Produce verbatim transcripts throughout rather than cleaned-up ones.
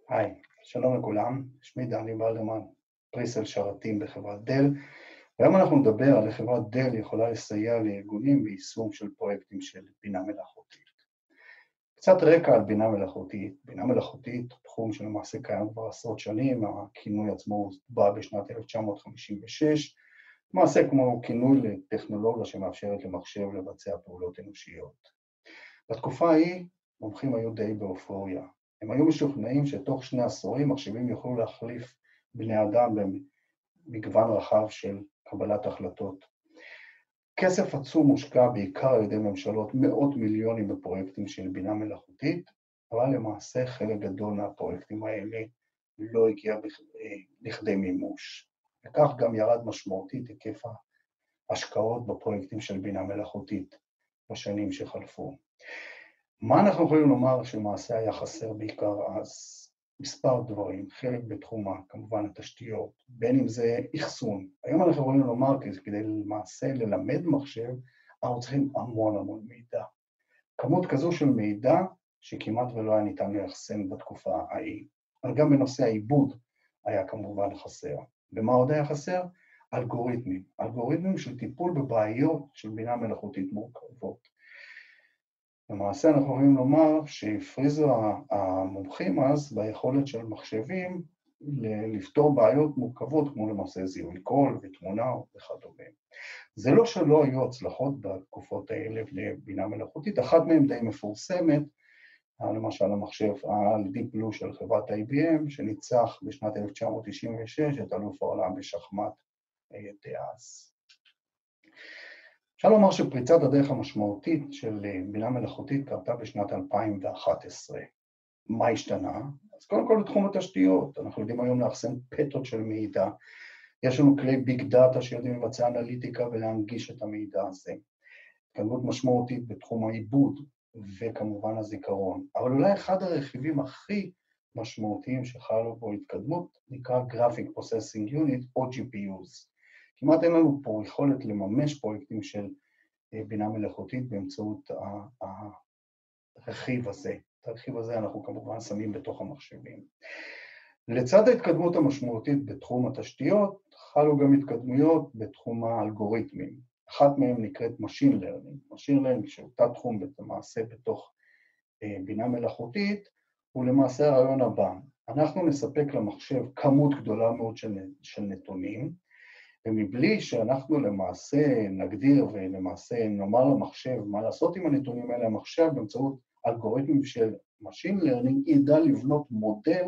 היי, שלום לכולם, שמי דני ולדמן, פריסל שרתים בחברת דל, והיום אנחנו נדבר על איך חברת דל יכולה לסייע לארגונים ביישום של פרויקטים של בינה מלאכותית. קצת רקע על בינה מלאכותית. בינה מלאכותית הוא תחום שלמעשה קיים כבר עשרות שנים, הכינוי עצמו בא בשנת אלף תשע מאות חמישים ושש, למעשה כמו כינוי לטכנולוגיה שמאפשרת למחשב לבצע פעולות אנושיות. בתקופה ההיא, מומחים היו די באופוריה. הם היו משוכנעים שתוך שני עשורים מחשבים יוכלו להחליף בני אדם במגוון רחב של קבלת החלטות. כסף עצום מושקע בעיקר על ידי ממשלות, מאות מיליונים בפרויקטים של בינה מלאכותית, אבל למעשה חלק גדול מהפרויקטים האלה לא הגיע לכדי מימוש. וכך גם ירד משמעותית היקף ההשקעות בפרויקטים של בינה מלאכותית בשנים שחלפו. מה אנחנו יכולים לומר שמעשה היה חסר בעיקר אז? מספר דברים, חלק בתחום כמובן התשתיות, בין אם זה אחסון. היום אנחנו יכולים לומר כדי למעשה ללמד מחשב, אנחנו צריכים המון המון מידע. כמות כזו של מידע שכמעט ולא היה ניתן לאחסן בתקופה ההיא. אבל גם בנושא העיבוד היה כמובן חסר. ומה עוד היה חסר? אלגוריתמים. אלגוריתמים של טיפול בבעיות של בינה מלאכותית מורכבות. למעשה אנחנו יכולים לומר שהפריזו המומחים אז ביכולת של מחשבים לפתור בעיות מורכבות כמו למעשה זיהוי קול ותמונה וכדומה. זה לא שלא היו הצלחות בתקופות האלה לבינה מלאכותית, אחת מהן די מפורסמת, למשל המחשב ה-Deep Blue של חברת איי בי אם שניצח בשנת אלף תשע מאות תשעים ושש את אלוף העולם בשחמט דאז. אפשר לומר שפריצת הדרך המשמעותית של בינה מלאכותית קרתה בשנת אלפיים ואחת עשרה. מה השתנה? אז קודם כל בתחום התשתיות, אנחנו יודעים היום לאחסן פטות של מידע, יש לנו כלי ביג דאטה שיודעים לבצע אנליטיקה ולהנגיש את המידע הזה. התקדמות משמעותית בתחום העיבוד וכמובן הזיכרון, אבל אולי אחד הרכיבים הכי משמעותיים שחלו בו התקדמות נקרא Graphic Processing Unit או ג'י פי יו's. כמעט אין לנו פה יכולת לממש פרויקטים של בינה מלאכותית באמצעות הרכיב הזה. את הרכיב הזה אנחנו כמובן שמים בתוך המחשבים. לצד ההתקדמות המשמעותית בתחום התשתיות, חלו גם התקדמויות בתחום האלגוריתמים. אחת מהן נקראת Machine Learning. Machine Learning שאותה תחום למעשה בתוך בינה מלאכותית, הוא למעשה הרעיון הבא. אנחנו נספק למחשב כמות גדולה מאוד של, של נתונים, ומבלי שאנחנו למעשה נגדיר ולמעשה נאמר למחשב מה לעשות עם הנתונים האלה, המחשב באמצעות אלגוריתמים של Machine Learning ידע לבנות מודל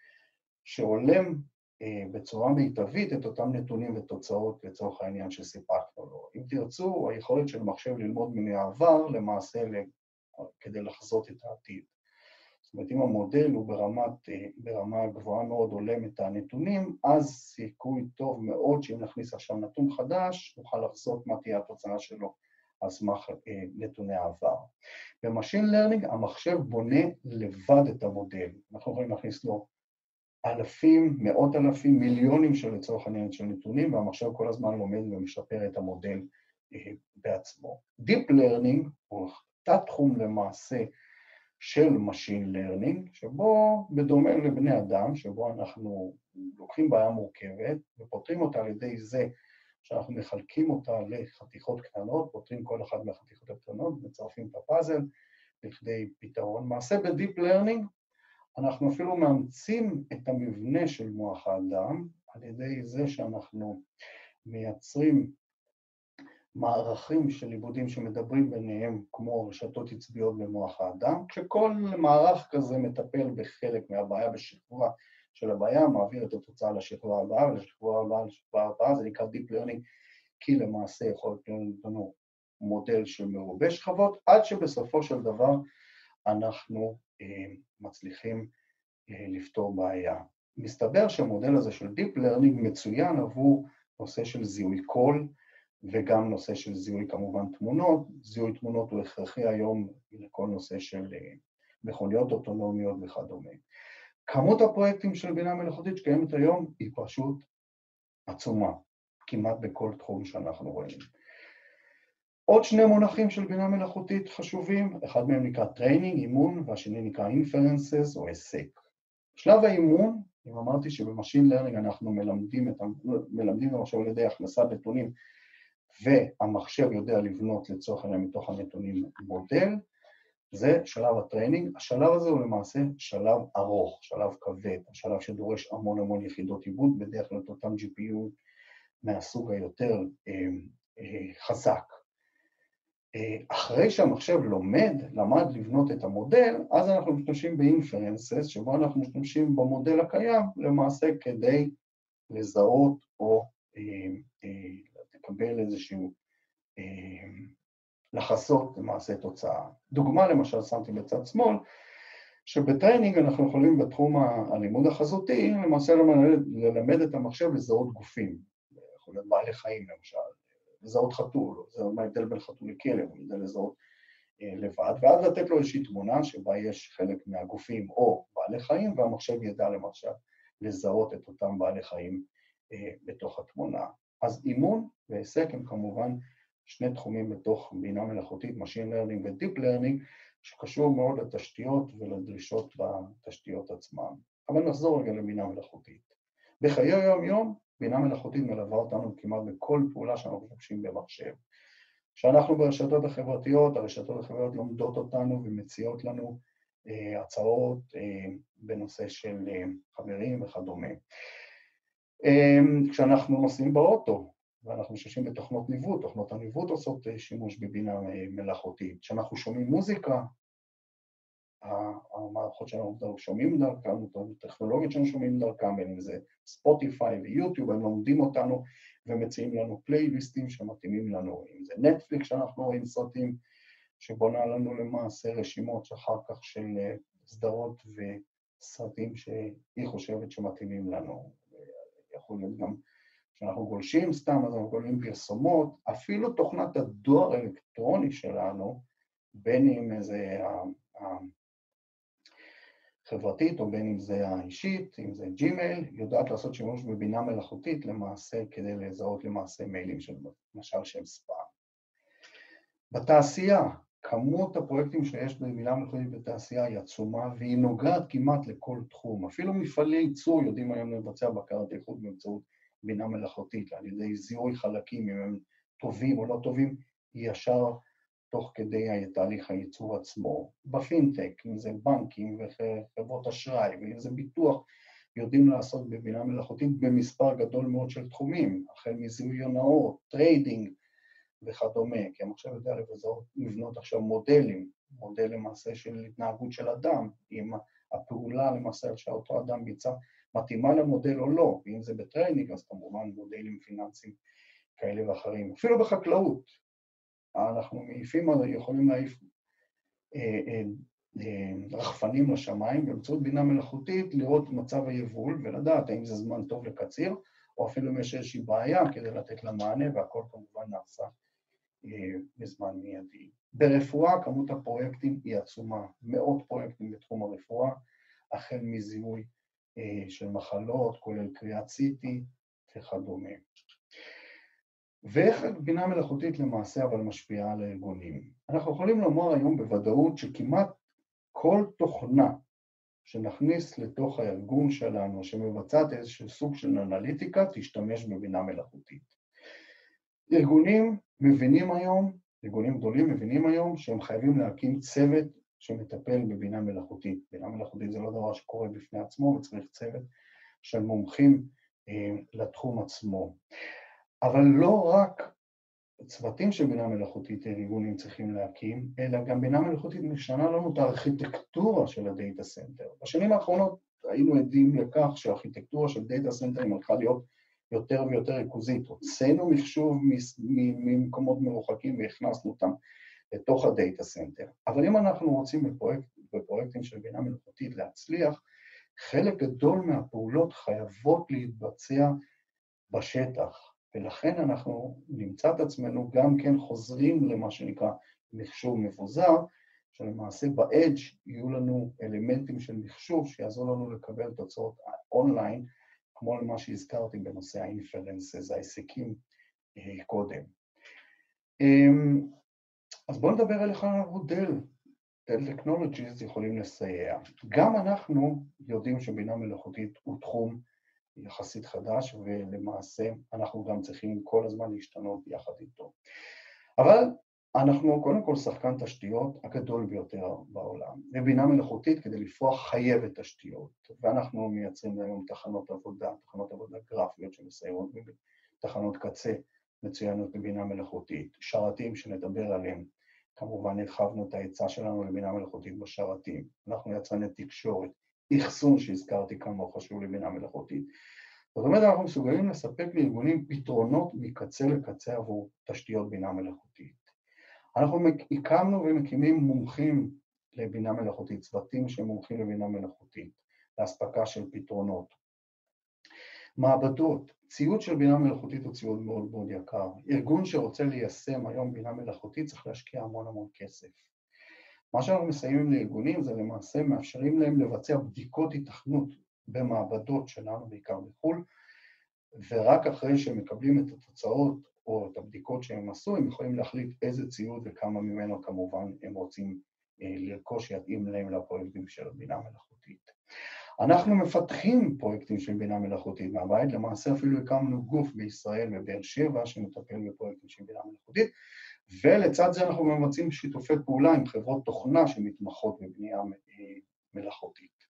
שעולם אה, בצורה מיטבית את אותם נתונים ותוצאות לצורך העניין שסיפקנו לו. אם תרצו, היכולת של מחשב ללמוד מן העבר למעשה כדי לחזות את העתיד. זאת אומרת, אם המודל הוא ברמת, ברמה גבוהה מאוד עולם את הנתונים, אז סיכוי טוב מאוד שאם נכניס עכשיו נתון חדש, נוכל לחזות מה תהיה התוצאה שלו על סמך נתוני העבר. במשין לרנינג המחשב בונה לבד את המודל. אנחנו יכולים להכניס לו אלפים, מאות אלפים, מיליונים של לצורך העניין של נתונים, והמחשב כל הזמן לומד ומשפר את המודל בעצמו. Deep Learning הוא תת תחום למעשה, של Machine Learning, שבו בדומה לבני אדם, שבו אנחנו לוקחים בעיה מורכבת ופותרים אותה על ידי זה שאנחנו מחלקים אותה לחתיכות קטנות, פותרים כל אחת מהחתיכות הקטנות, מצרפים את הפאזל לכדי פתרון. מעשה ב-Deep Learning, אנחנו אפילו מאמצים את המבנה של מוח האדם, על ידי זה שאנחנו מייצרים מערכים של עיבודים שמדברים ביניהם כמו רשתות עצביות במוח האדם, כשכל מערך כזה מטפל בחלק מהבעיה בשכבה של הבעיה, מעביר את התוצאה לשכבה הבאה, ולשכבה הבאה לשכבה הבאה, זה נקרא Deep Learning, כי למעשה יכול להיות לנו מודל של מרובה שכבות, עד שבסופו של דבר אנחנו אה, מצליחים אה, לפתור בעיה. מסתבר שהמודל הזה של Deep Learning מצוין עבור נושא של זיהוי קול, וגם נושא של זיהוי כמובן תמונות. זיהוי תמונות הוא הכרחי היום לכל נושא של מכוניות אוטונומיות וכדומה. כמות הפרויקטים של בינה מלאכותית שקיימת היום היא פשוט עצומה, כמעט בכל תחום שאנחנו רואים. עוד שני מונחים של בינה מלאכותית חשובים, אחד מהם נקרא טריינינג, אימון, והשני נקרא אינפרנסס או היסק. שלב האימון, אם אמרתי שבמשין לרנינג אנחנו מלמדים את, מלמדים למשל על ידי הכנסת נתונים, והמחשב יודע לבנות לצורך העניין מתוך הנתונים מודל, זה שלב הטריינינג. השלב הזה הוא למעשה שלב ארוך, שלב כבד, השלב שדורש המון המון יחידות עיבוד, בדרך כלל אותם ג'י פי יו מהסוג היותר אה, אה, חזק. אה, אחרי שהמחשב לומד, למד לבנות את המודל, אז אנחנו משתמשים באינפרנסס, שבו אנחנו משתמשים במודל הקיים, למעשה כדי לזהות או אה, אה, לקבל איזשהו, אה, לחסות למעשה תוצאה. דוגמה למשל שמתי בצד שמאל, שבטריינינג אנחנו יכולים בתחום הלימוד החזותי, למעשה ללמד, ללמד את המחשב לזהות גופים, יכול להיות בעלי חיים למשל, לזהות חתול, זה מה ההבדל בין חתול לכלב, הוא יודע לזהות אה, לבד, ואז לתת לו איזושהי תמונה שבה יש חלק מהגופים או בעלי חיים, והמחשב ידע למשל לזהות את אותם בעלי חיים אה, בתוך התמונה. אז אימון והיסק הם כמובן שני תחומים בתוך בינה מלאכותית, Machine Learning ו-Deep Learning, שקשור מאוד לתשתיות ולדרישות בתשתיות עצמן. אבל נחזור רגע לבינה מלאכותית. בחיי היום-יום, בינה מלאכותית מלווה אותנו כמעט בכל פעולה שאנחנו חושבים במחשב. כשאנחנו ברשתות החברתיות, הרשתות החברתיות לומדות אותנו ומציעות לנו אה, הצעות אה, בנושא של אה, חברים וכדומה. אה, כשאנחנו נוסעים באוטו, ואנחנו משתמשים בתוכנות ניווט, תוכנות הניווט עושות שימוש בבינה מלאכותית. כשאנחנו שומעים מוזיקה, המערכות שאנחנו שומעים דרכם, הטכנולוגיות שאנחנו שומעים דרכם, בין אם זה ספוטיפיי ויוטיוב, הם לומדים אותנו ומציעים לנו פלייליסטים שמתאימים לנו, אם זה נטפליקס שאנחנו רואים סרטים, שבונה לנו למעשה רשימות שאחר כך של סדרות וסרטים שהיא חושבת שמתאימים לנו. יכול להיות גם כשאנחנו גולשים סתם, אז אנחנו גולשים פרסומות, אפילו תוכנת הדואר האלקטרוני שלנו, בין אם זה החברתית או בין אם זה האישית, אם זה ג'ימייל, יודעת לעשות שימוש בבינה מלאכותית למעשה כדי לזהות למעשה מיילים של למשל שהם ספאם. בתעשייה, כמות הפרויקטים שיש בבינה מלאכותית בתעשייה היא עצומה והיא נוגעת כמעט לכל תחום. אפילו מפעלי ייצור יודעים היום לבצע בקרת איכות באמצעות בינה מלאכותית, על ידי זיהוי חלקים, אם הם טובים או לא טובים, ישר תוך כדי תהליך הייצור עצמו. בפינטק, אם זה בנקים וחברות אשראי, ואם זה ביטוח, יודעים לעשות בבינה מלאכותית במספר גדול מאוד של תחומים, החל מזיהוי הונאות, טריידינג וכדומה, כי המחשב יודע לבנות עכשיו מודלים, מודל למעשה של התנהגות של אדם, אם הפעולה למעשה שאותו אדם ביצע, מתאימה למודל או לא, ואם זה בטריינינג, אז כמובן מודלים פיננסיים כאלה ואחרים. אפילו בחקלאות, אנחנו מעיפים, יכולים להעיף אה, אה, אה, רחפנים לשמיים, באמצעות בינה מלאכותית, לראות מצב היבול ולדעת האם זה זמן טוב לקציר, או אפילו אם יש איזושהי בעיה כדי לתת לה מענה, והכל כמובן נעשה אה, בזמן מיידי. ברפואה, כמות הפרויקטים היא עצומה, מאות פרויקטים בתחום הרפואה, החל מזיהוי של מחלות, כולל קריאת סי טי וכדומה. ואיך בינה מלאכותית למעשה אבל משפיעה על הארגונים? אנחנו יכולים לומר היום בוודאות שכמעט כל תוכנה שנכניס לתוך הארגון שלנו, שמבצעת איזשהו סוג של אנליטיקה, תשתמש בבינה מלאכותית. ארגונים מבינים היום, ארגונים גדולים מבינים היום, שהם חייבים להקים צוות שמטפל בבינה מלאכותית. בינה מלאכותית זה לא דבר שקורה בפני עצמו, וצריך צוות של מומחים אה, לתחום עצמו. אבל לא רק צוותים של בינה מלאכותית ארגונים צריכים להקים, אלא גם בינה מלאכותית משנה לנו את הארכיטקטורה של הדאטה סנטר. בשנים האחרונות היינו עדים לכך שהארכיטקטורה של דאטה סנטרים הלכה להיות יותר ויותר ריכוזית. הוצאנו מחשוב ממקומות מרוחקים והכנסנו אותם לתוך הדאטה סנטר. אבל אם אנחנו רוצים בפרויקט, בפרויקטים של בינה מלאכותית להצליח, חלק גדול מהפעולות חייבות להתבצע בשטח, ולכן אנחנו נמצא את עצמנו גם כן חוזרים למה שנקרא מחשוב מבוזר, שלמעשה ב-Edge יהיו לנו אלמנטים של מחשוב שיעזור לנו לקבל תוצאות אונליין, כמו למה שהזכרתי בנושא האינפרנסס, ההיסקים קודם. אז בואו נדבר על איך המודל Technologies יכולים לסייע. גם אנחנו יודעים שבינה מלאכותית הוא תחום יחסית חדש, ולמעשה אנחנו גם צריכים כל הזמן להשתנות יחד איתו. אבל אנחנו קודם כל שחקן תשתיות הגדול ביותר בעולם, ובינה מלאכותית כדי לפרוח חייבת תשתיות, ואנחנו מייצרים היום תחנות עבודה, תחנות עבודה גרפיות שמסיירות בתחנות קצה מצוינות בבינה מלאכותית, שרתים שנדבר עליהם, כמובן הרחבנו את ההיצע שלנו לבינה מלאכותית בשרתים, אנחנו יצרני תקשורת, אחסון שהזכרתי כמה חשוב לבינה מלאכותית. זאת אומרת, אנחנו מסוגלים לספק לארגונים פתרונות מקצה לקצה עבור תשתיות בינה מלאכותית. אנחנו הקמנו ומקימים מומחים לבינה מלאכותית, צוותים שמומחים לבינה מלאכותית, להספקה של פתרונות. מעבדות, ציוד של בינה מלאכותית הוא ציוד מאוד מאוד יקר. ארגון שרוצה ליישם היום בינה מלאכותית צריך להשקיע המון המון כסף. מה שאנחנו מסיימים לארגונים זה למעשה מאפשרים להם לבצע בדיקות התכנות במעבדות שלנו, בעיקר בחו"ל, ורק אחרי שהם מקבלים את התוצאות או את הבדיקות שהם עשו, הם יכולים להחליט איזה ציוד וכמה ממנו כמובן הם רוצים לרכוש שיתאים להם לפרויקטים של בינה מלאכותית. אנחנו מפתחים פרויקטים של בינה מלאכותית מהבית, למעשה אפילו הקמנו גוף בישראל בבאר שבע שמטפל בפרויקטים של בינה מלאכותית, ולצד זה אנחנו מבצעים שיתופי פעולה עם חברות תוכנה שמתמחות בבנייה מלאכותית.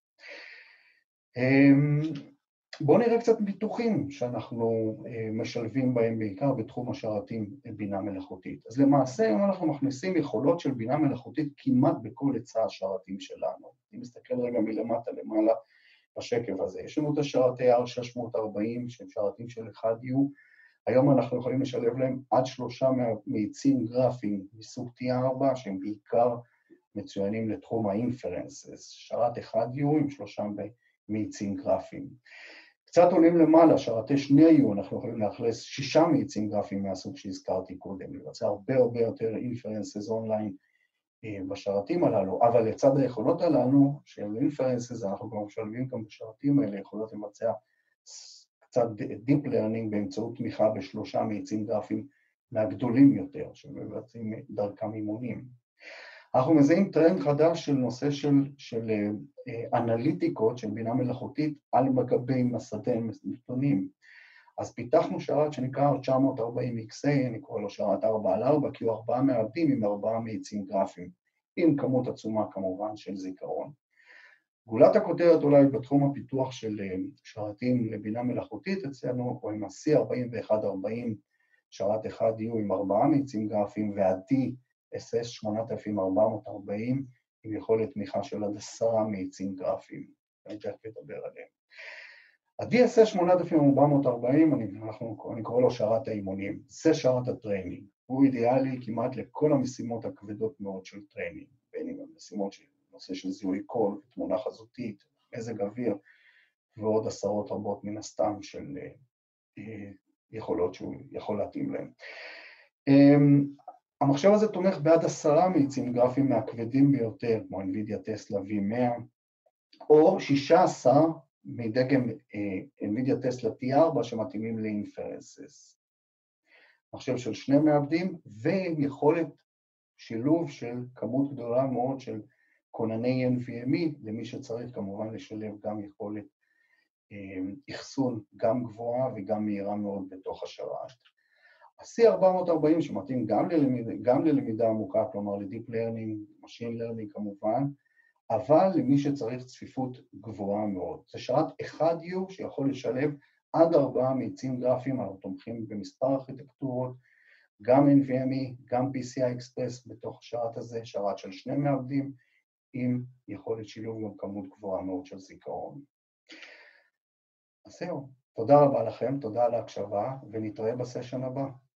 בואו נראה קצת פיתוחים שאנחנו משלבים בהם בעיקר בתחום השרתים בינה מלאכותית. אז למעשה היום אנחנו מכניסים יכולות של בינה מלאכותית כמעט בכל היצע השרתים שלנו. אם נסתכל רגע מלמטה למעלה בשקף הזה, יש לנו את השרתי אר שש מאות וארבעים שהם שרתים של אחד יו, היום אנחנו יכולים לשלב להם עד שלושה מאיצים גרפיים מסוג טי ארבע שהם בעיקר מצוינים לתחום האינפרנסס, שרת אחד יו עם שלושה מאיצים גרפיים. קצת עולים למעלה, שרתי שני יו, אנחנו יכולים לאכלס שישה מאיצים גרפיים מהסוג שהזכרתי קודם, לבצע הרבה הרבה יותר אינפרנסס אונליין בשרתים הללו, אבל לצד היכולות הללו של אינפרנסס, אנחנו גם משלבים גם בשרתים האלה, יכולות לבצע קצת Deep Learning באמצעות תמיכה בשלושה מאיצים גרפיים מהגדולים יותר, שמבצעים דרכם אימונים. אנחנו מזהים טרנד חדש של נושא של, של אנליטיקות של בינה מלאכותית על גבי מסדי נתונים. אז פיתחנו שרת שנקרא תשע מאות וארבעים אקס איי, אני קורא לו שרת ארבע על ארבע, כי הוא ארבעה מעבדים עם ארבעה מאיצים גרפיים, עם כמות עצומה כמובן של זיכרון. גולת הכותרת אולי בתחום הפיתוח של שרתים לבינה מלאכותית אצלנו, הוא עם ה-סי ארבעים ואחת ארבעים, שרת אחד יו עם ארבעה מאיצים גרפיים, וה-D אס אס שמונה אלף ארבע מאות וארבעים עם יכולת תמיכה של עד עשרה מאיצים גרפיים, אני תכף אדבר עליהם. ה-די אס אס שמונה אלף ארבע מאות וארבעים, אני, אנחנו, אני קורא לו שרת האימונים, זה שרת הטריינינג, הוא אידיאלי כמעט לכל המשימות הכבדות מאוד של טריינינג, בין אם המשימות של נושא של זיהוי קול, תמונה חזותית, מזג אוויר, ועוד עשרות רבות מן הסתם של אה, יכולות שהוא יכול להתאים להם. אה, המחשב הזה תומך בעד עשרה מאיצים גרפיים מהכבדים ביותר, כמו NVIDIA Tesla וי מאה, או שישה עשר מדגם אה, NVIDIA Tesla טי ארבע שמתאימים לאינפרנסס. מחשב של שני מעבדים, ועם יכולת שילוב של כמות גדולה מאוד של כונני אן וי אם אי, למי שצריך כמובן לשלב גם יכולת אחסון, גם גבוהה וגם מהירה מאוד בתוך השרת. ה-סי ארבע מאות וארבעים שמתאים גם ללמידה, גם ללמידה עמוקה, כלומר ל-Deep Learning, Machine Learning כמובן, אבל למי שצריך צפיפות גבוהה מאוד. זה שרת אחד יו שיכול לשלב עד ארבעה מאיצים גרפיים, אנחנו תומכים במספר ארכיטקטורות, גם אן וי אם אי, גם פי סי איי Express בתוך השרת הזה, שרת של שני מעבדים, עם יכולת שילוב גם כמות גבוהה מאוד של זיכרון. אז זהו, תודה רבה לכם, תודה על ההקשבה, ונתראה בסשן הבא.